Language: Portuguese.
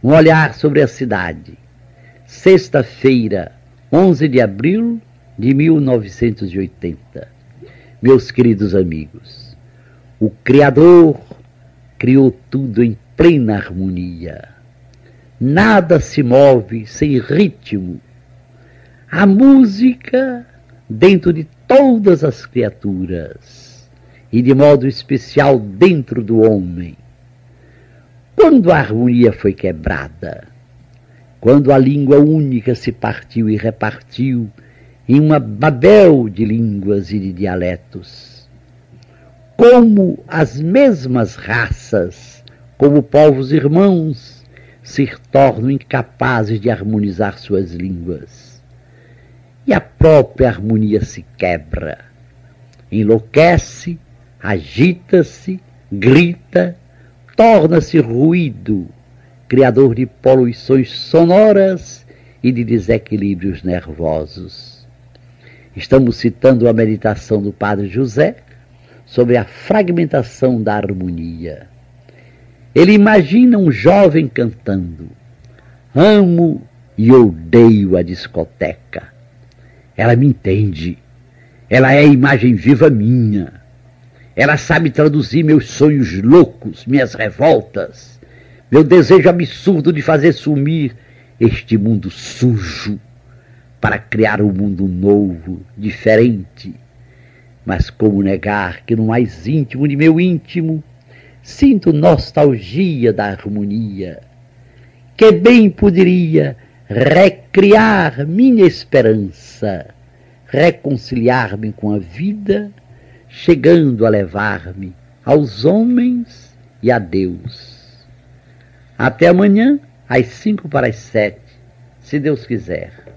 Um olhar sobre a cidade. Sexta-feira, 11 de abril de 1980. Meus queridos amigos, o Criador criou tudo em plena harmonia. Nada se move sem ritmo. A música dentro de todas as criaturas e de modo especial dentro do homem. Quando a harmonia foi quebrada, quando a língua única se partiu e repartiu em uma Babel de línguas e de dialetos, como as mesmas raças, como povos irmãos, se tornam incapazes de harmonizar suas línguas. E a própria harmonia se quebra, enlouquece, agita-se, grita, torna-se ruído, criador de poluições sonoras e de desequilíbrios nervosos. Estamos citando a meditação do Padre José sobre a fragmentação da harmonia. Ele imagina um jovem cantando: amo e odeio a discoteca. Ela me entende, ela é a imagem viva minha. Ela sabe traduzir meus sonhos loucos, minhas revoltas, meu desejo absurdo de fazer sumir este mundo sujo para criar um mundo novo, diferente. Mas como negar que no mais íntimo de meu íntimo sinto nostalgia da harmonia, que bem poderia recriar minha esperança, reconciliar-me com a vida, chegando a levar-me aos homens e a Deus. Até amanhã, às 5 para as 7, se Deus quiser.